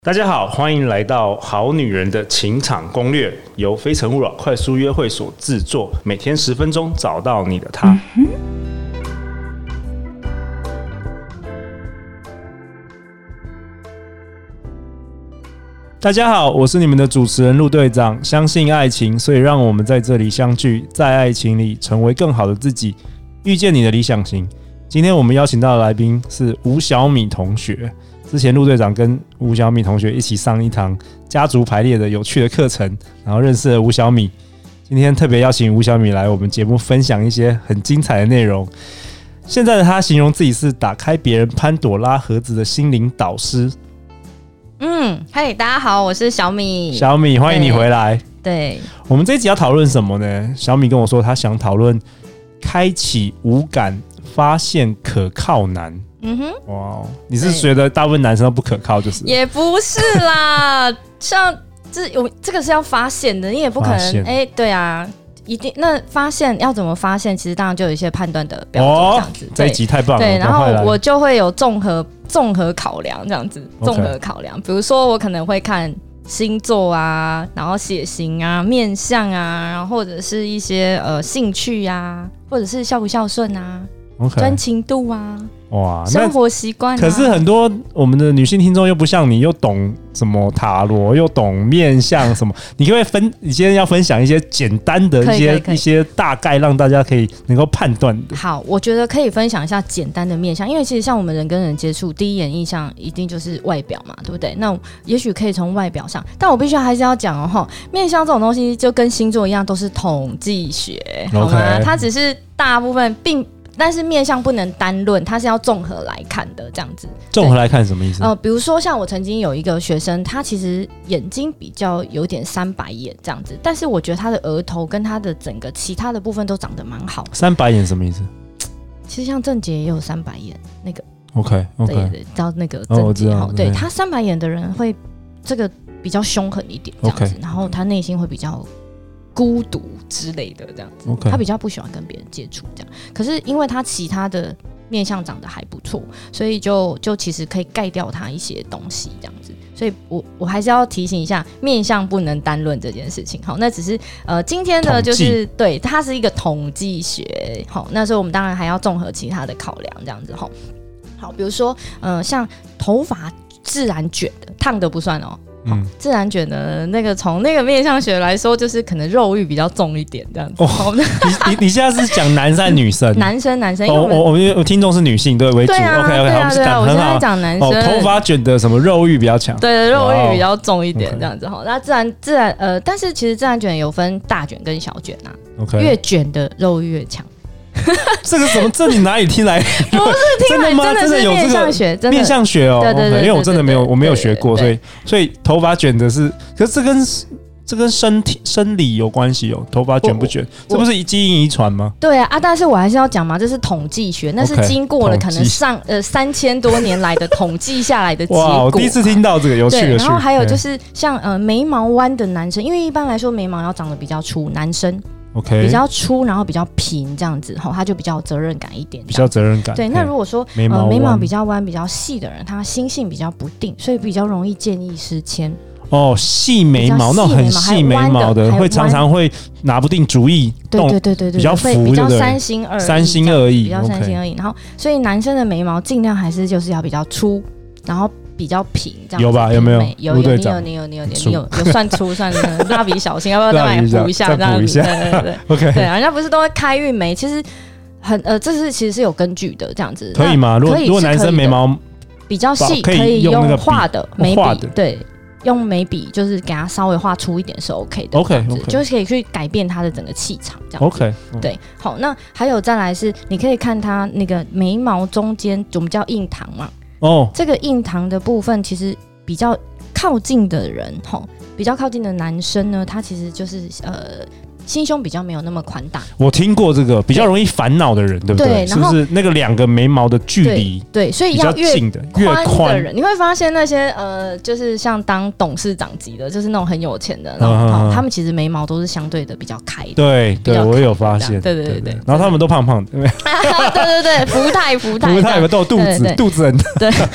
大家好，欢迎来到《好女人的情场攻略》，由非诚勿扰快速约会所制作，每天10分钟，找到你的他。大家好，我是你们的主持人陆队长。相信爱情，所以让我们在这里相聚，在爱情里成为更好的自己，遇见你的理想型。今天我们邀请到的来宾是吴小米同学。之前陆队长跟吴小米同学一起上一堂家族排列的有趣的课程，然后认识了吴小米。今天特别邀请吴小米来我们节目分享一些很精彩的内容。现在的他形容自己是打开别人潘朵拉盒子的心灵导师。 嗨，大家好，我是小米。 小米，欢迎你回来。 对， 我们这一集要讨论什么呢？小米跟我说他想讨论开启五感，发现可靠男。哇，你是觉得大部分男生都不可靠，就是也不是啦，像这个是要发现的，你也不可能对啊，一定那发现要怎么发现？其实当然就有一些判断的标准这样子。 这一集太棒了， 对，然后我就会有综合考量这样子，综合考量，比如说我可能会看星座啊，然后血型啊、面相啊，然后或者是一些兴趣啊，或者是孝不孝顺啊。专情度啊，哇，生活习惯、啊。 可是很多我们的女性听众又不像你，又懂什么塔罗，又懂面相什么。你可不可以你今天要分享一些简单的一些大概，让大家可以能够判断的。 好，我觉得可以分享一下简单的面相，因为其实像我们人跟人接触，第一眼印象一定就是外表嘛，对不对？那也许可以从外表上，但我必须还是要讲哦，面相这种东西就跟星座一样，都是统计学，好吗？它只是大部分但是面相不能单论，它是要综合来看的，这样子。综合来看什么意思？ 比如说像我曾经有一个学生，他其实眼睛比较有点三白眼这样子，但是我觉得他的额头跟他的整个其他的部分都长得蛮好。 三白眼什么意思？ 其实像郑杰也有三白眼，那个 OK， 对，知道那个郑杰对他三白眼的人会这个比较凶狠一点这样子，然后他内心会比较孤独之类的这样子，他比较不喜欢跟别人接触这样。可是因为他其他的面相长得还不错，所以就其实可以盖掉他一些东西这样子。所以我还是要提醒一下，面相不能单论这件事情。好，那只是今天的就是对，它是一个统计学。好，那所以我们当然还要综合其他的考量这样子。好，比如说像头发自然卷的，烫的不算哦。自然卷的那个从那个面相学来说，就是可能肉欲比较重一点这样子。 你现在是讲男生还是女生？ 男生， 因为我听众是女性对为主。OK， 我现在讲男生。 头发卷的什么肉欲比较强？ 对，肉欲比较重一点这样子。那自然但是其实自然卷有分大卷跟小卷啊。越卷的肉欲越强。 这个什么？这你哪里听来？ 不是听来，真的有面相学， 面相学哦。对，因为我真的没有学过，所以头发卷的是，可是这跟生理有关系哦。头发卷不卷，这不是基因遗传吗？ 对啊，但是我还是要讲嘛，这是统计学，那是经过了可能3000多年来的统计下来的结果。哇， 我第一次听到这个有趣的。 然后还有就是像眉毛弯的男生，因为一般来说眉毛要长得比较粗，男生。比较粗，然后比较平这样子，他就比较有责任感一点。 比较责任感。 对，那如果说眉毛比较弯、比较细的人，他心性比较不定，所以比较容易见异思迁。 哦，细眉毛那种很细眉毛的，会常常会拿不定主意。 对， 比较浮， 比较三心二意，比较三心二意。然后，所以男生的眉毛尽量还是就是要比较粗，然后比较平，这样有吧？有没有？ 有，你有算粗算蜡笔小新，要不要再来补一下？这样子，对 ，OK， 对，人家不是都会开运眉，其实这是其实是有根据的，这样子可以吗？如果男生眉毛比较细，可以用画的眉笔，对，用眉笔就是给它稍微画粗一点是 OK 的 ，OK， 就是可以去改变它的整个气场，这样 OK， 对，好，那还有再来是，你可以看它那个眉毛中间，我们叫印堂嘛。这个印堂的部分其实比较靠近的人，比较靠近的男生呢，他其实就是心胸比较没有那么宽大。 我听过这个比较容易烦恼的人，对不对？是不是那个两个眉毛的距离？ 对，所以要越近的越宽的人，你会发现那些就是像当董事长级的，就是那种很有钱的，他们其实眉毛都是相对的比较开的。 对，我有发现。 对。 然后他们都胖胖的。 对，福泰都有肚子很大。 对。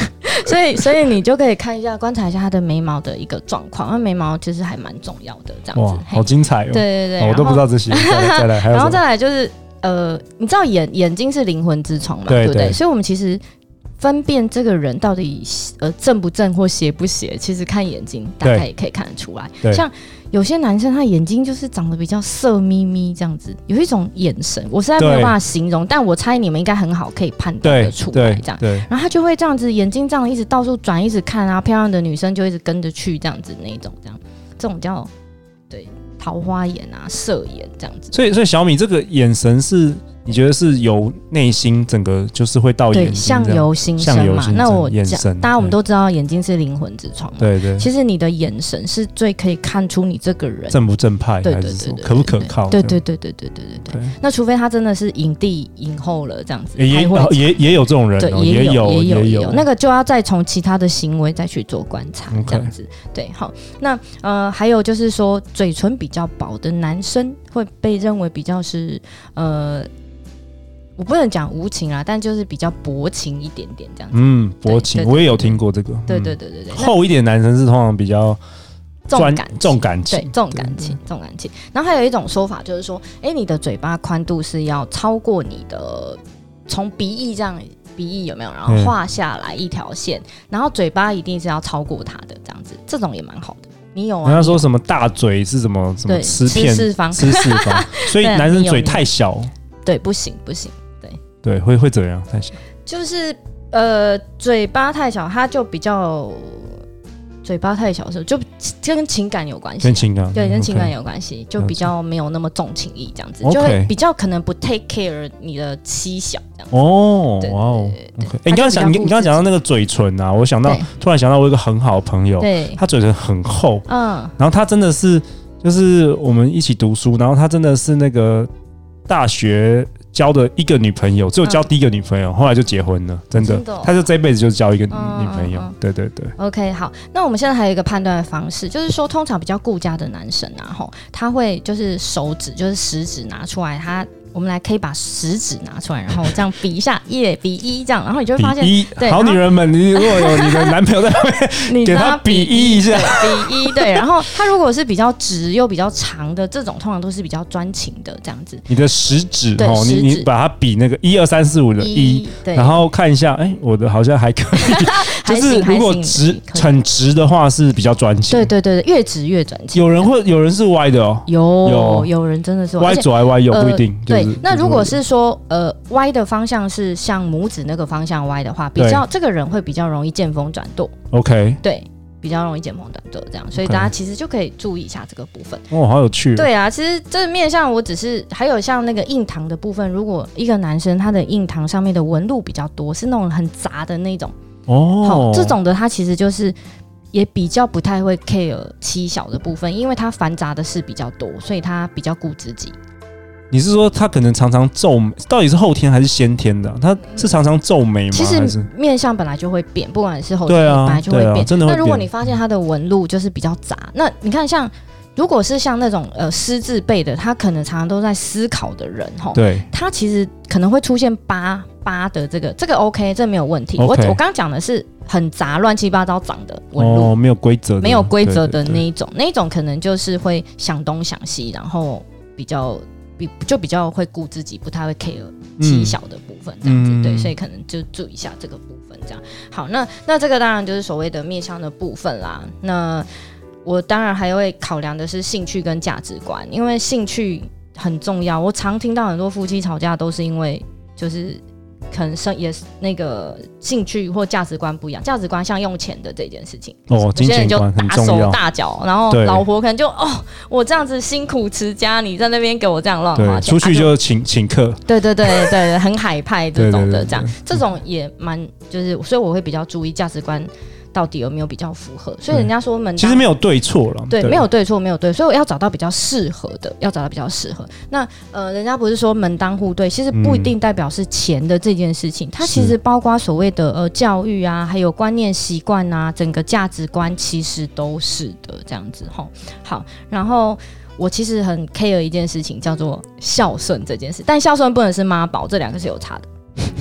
所以你就可以看一下，观察一下他的眉毛的一个状况，因为眉毛其实还蛮重要的，这样子。 哇，好精彩哦！ 对对对， 我都不知道这些。再来，还有什么？ 然后再来就是你知道眼睛是灵魂之窗嘛，对不对？所以我们其实分辨这个人到底正不正或邪不邪，其实看眼睛大概也可以看得出来。像有些男生他眼睛就是长得比较色眯眯这样子，有一种眼神我实在没有办法形容，但我猜你们应该很好可以判断得出来这样。然后他就会这样子眼睛这样一直到处转一直看啊，漂亮的女生就一直跟着去这样子那一种，这种叫对桃花眼啊色眼这样子。所以小米这个眼神是你觉得是由内心整个就是会到眼睛，对， 相由心生嘛。那我讲，大家我们都知道眼睛是灵魂之窗嘛，对对。其实你的眼神是最可以看出你这个人正不正派，还是可不可靠？ 对。那除非他真的是影帝影后了这样子， 也有这种人，对， 也有那个就要再从其他的行为再去做观察这样子。对，好，那还有就是说嘴唇比较薄的男生会被认为比较是我不能讲无情啦，但就是比较薄情一点点这样子。 薄情，我也有听过这个。 对。 厚一点的男生是通常比较重感情， 对，重感情。然后还有一种说法就是说，你的嘴巴宽度是要超过你的从鼻翼这样，鼻翼有没有？然后画下来一条线，然后嘴巴一定是要超过它的这样子，这种也蛮好的。你有啊？ 人家说什么大嘴是什么吃四方， 所以男生嘴太小， 对，不行。 对，会怎样？太小， 就是嘴巴太小，它就比较嘴巴太小的时候，就跟情感有关系， 跟情感有关系，就比较没有那么重情义，这样子，就会比较可能不 take care 你的妻小这样子。哦，哇哦， 你刚刚讲到那个嘴唇啊，我突然想到我有一个很好的朋友，他嘴唇很厚，然后他真的是就是我们一起读书，然后他真的是那个大学交的一个女朋友，只有交第一个女朋友，后来就结婚了，真的，他就这一辈子就交一个女朋友，对。 OK， 好，那我们现在还有一个判断的方式，就是说，通常比较顾家的男生啊，他会就是手指，就是食指拿出来，我们可以把食指拿出来，然后这样比一下，比一这样，然后你就会发现， 对，好女人们，你如果有你的男朋友在后面，给他比一下， 比一，对，然后他如果是比较直又比较长的这种，通常都是比较专情的这样子。 你的食指你把它比那个1、2、3、4、5的1，然后看一下，我的好像还可以，就是如果很直的话是比较专情， 对，越直越专情。 有人是歪的哦， 有人真的是歪左还歪右不一定， 对。那如果是说歪的方向是像拇指那个方向歪的话，比较这个人会比较容易见风转舵。 OK， 对，比较容易见风转舵这样，所以大家其实就可以注意一下这个部分。 哦，好有趣。 对啊，其实这面向我只是还有像那个印堂的部分，如果一个男生他的印堂上面的纹路比较多，是那种很杂的那种这种的他其实就是也比较不太会 care 妻小的部分，因为他繁杂的事比较多，所以他比较顾自己。 你是说他可能常常皱眉，到底是后天还是先天的？他是常常皱眉吗？ 其实面相本来就会变，不管是后天本来就会变。真的会变。那如果你发现他的纹路就是比较杂，那你看像如果是像那种狮字辈的，他可能常常都在思考的人对，他其实可能会出现疤的这个 OK， 这没有问题。我刚刚讲的是很杂乱七八糟长的纹路， 没有规则的那一种，那一种可能就是会想东想西，然后比较会顾自己，不太会 care 妻小的部分这样子，对，所以可能就注意一下这个部分这样。好，那这个当然就是所谓的面向的部分啦。那我当然还会考量的是兴趣跟价值观，因为兴趣很重要。我常听到很多夫妻吵架都是因为就是可能也是那个兴趣或价值观不一样，价值观像用钱的这件事情，有些人就大手大脚，然后老婆可能就我这样子辛苦持家，你在那边给我这样乱花钱， 出去就请客， 对，很海派这种的，这种也蛮就是，所以我会比较注意价值观到底有没有比较符合，所以人家说其实没有对错了， 对，没有对错，所以我要找到比较适合的，那人家不是说门当户对，其实不一定代表是钱的这件事情，它其实包括所谓的教育啊，还有观念习惯啊，整个价值观其实都是的这样子齁。好，然后我其实很 care 一件事情叫做孝顺这件事，但孝顺不能是妈宝，这两个是有差的。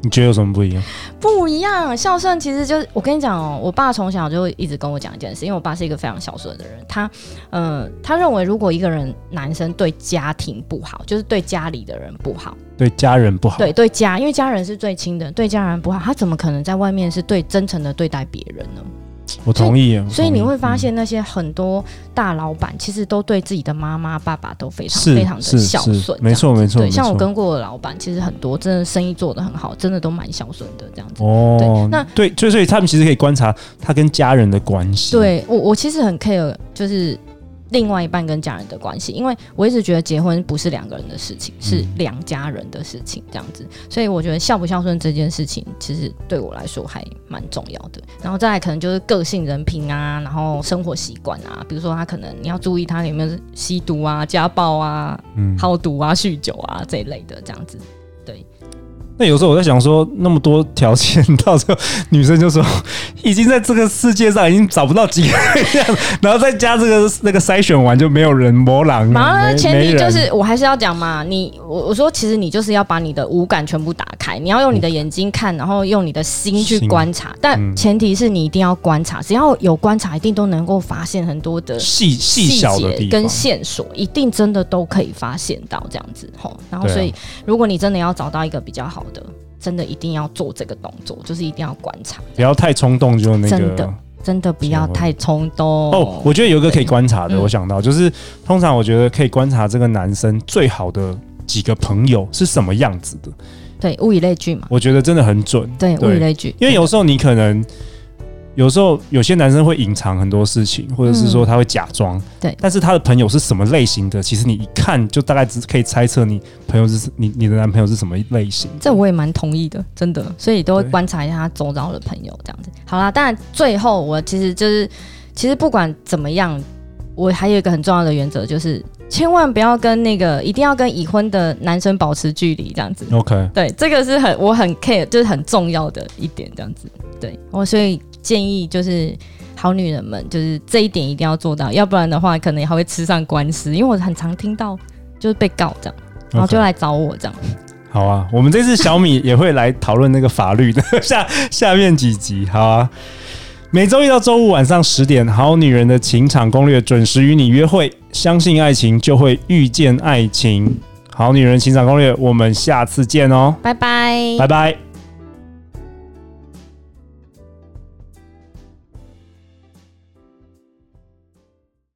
你觉得有什么不一样？ 不一样，孝顺其实就是我跟你讲哦，我爸从小就一直跟我讲一件事，因为我爸是一个非常孝顺的人，他认为如果一个人男生对家庭不好，就是对家里的人不好， 对家人不好， 对家，因为家人是最亲的，对家人不好，他怎么可能在外面是真诚的对待别人呢？ 我同意耶， 所以你会发现那些很多大老板其实都对自己的妈妈爸爸都非常的孝顺， 没错没错。 对，像我跟过的老板，其实很多真的生意做得很好，真的都蛮孝顺的这样子。 哦，对，所以他们其实可以观察他跟家人的关系。 对，我其实很 care 就是另外一半跟家人的关系，因为我一直觉得结婚不是两个人的事情，是两家人的事情这样子，所以我觉得孝不孝顺这件事情其实对我来说还蛮重要的。然后再来可能就是个性人品啊，然后生活习惯啊，比如说他可能你要注意他有没有吸毒啊、家暴啊、好赌啊、酗酒啊这一类的这样子。对， 那有时候我在想说，那么多条件，到时候女生就说，已经在这个世界上已经找不到几个人，然后再加那个筛选完就没有人摸狼。 前提就是我还是要讲嘛，我说其实你就是要把你的五感全部打开，你要用你的眼睛看，然后用你的心去观察，但前提是你一定要观察，只要有观察，一定都能够发现很多的细小的地方跟线索，一定真的都可以发现到这样子。然后所以如果你真的要找到一个比较好的，真的一定要做这个动作，就是一定要观察， 不要太冲动，就那个真的不要太冲动哦。我觉得有一个可以观察的，我想到就是通常我觉得可以观察这个男生最好的几个朋友是什么样子的。 对，物以类聚嘛， 我觉得真的很准。 对，物以类聚， 因为有时候你可能。有时候有些男生会隐藏很多事情，或者是说他会假装， 对。 但是他的朋友是什么类型的，其实你一看就大概只可以猜测你朋友是你的男朋友是什么类型。 这我也蛮同意的，真的。所以都会观察一下他周遭的朋友这样子。好啦，当然最后我其实不管怎么样，我还有一个很重要的原则，就是千万不要跟一定要跟已婚的男生保持距离这样子。 OK， 对，这个是我很 care， 就是很重要的一点这样子。对，所以。建议就是好女人们，就是这一点一定要做到，要不然的话，可能还会吃上官司。因为我很常听到就是被告这样，然后就来找我这样。 好啊，我们这次小米也会来讨论那个法律的下面几集。好啊，每周一到周五晚上10点，好女人的情场攻略准时与你约会。相信爱情，就会遇见爱情。好女人情场攻略，我们下次见哦， 拜拜， 拜拜。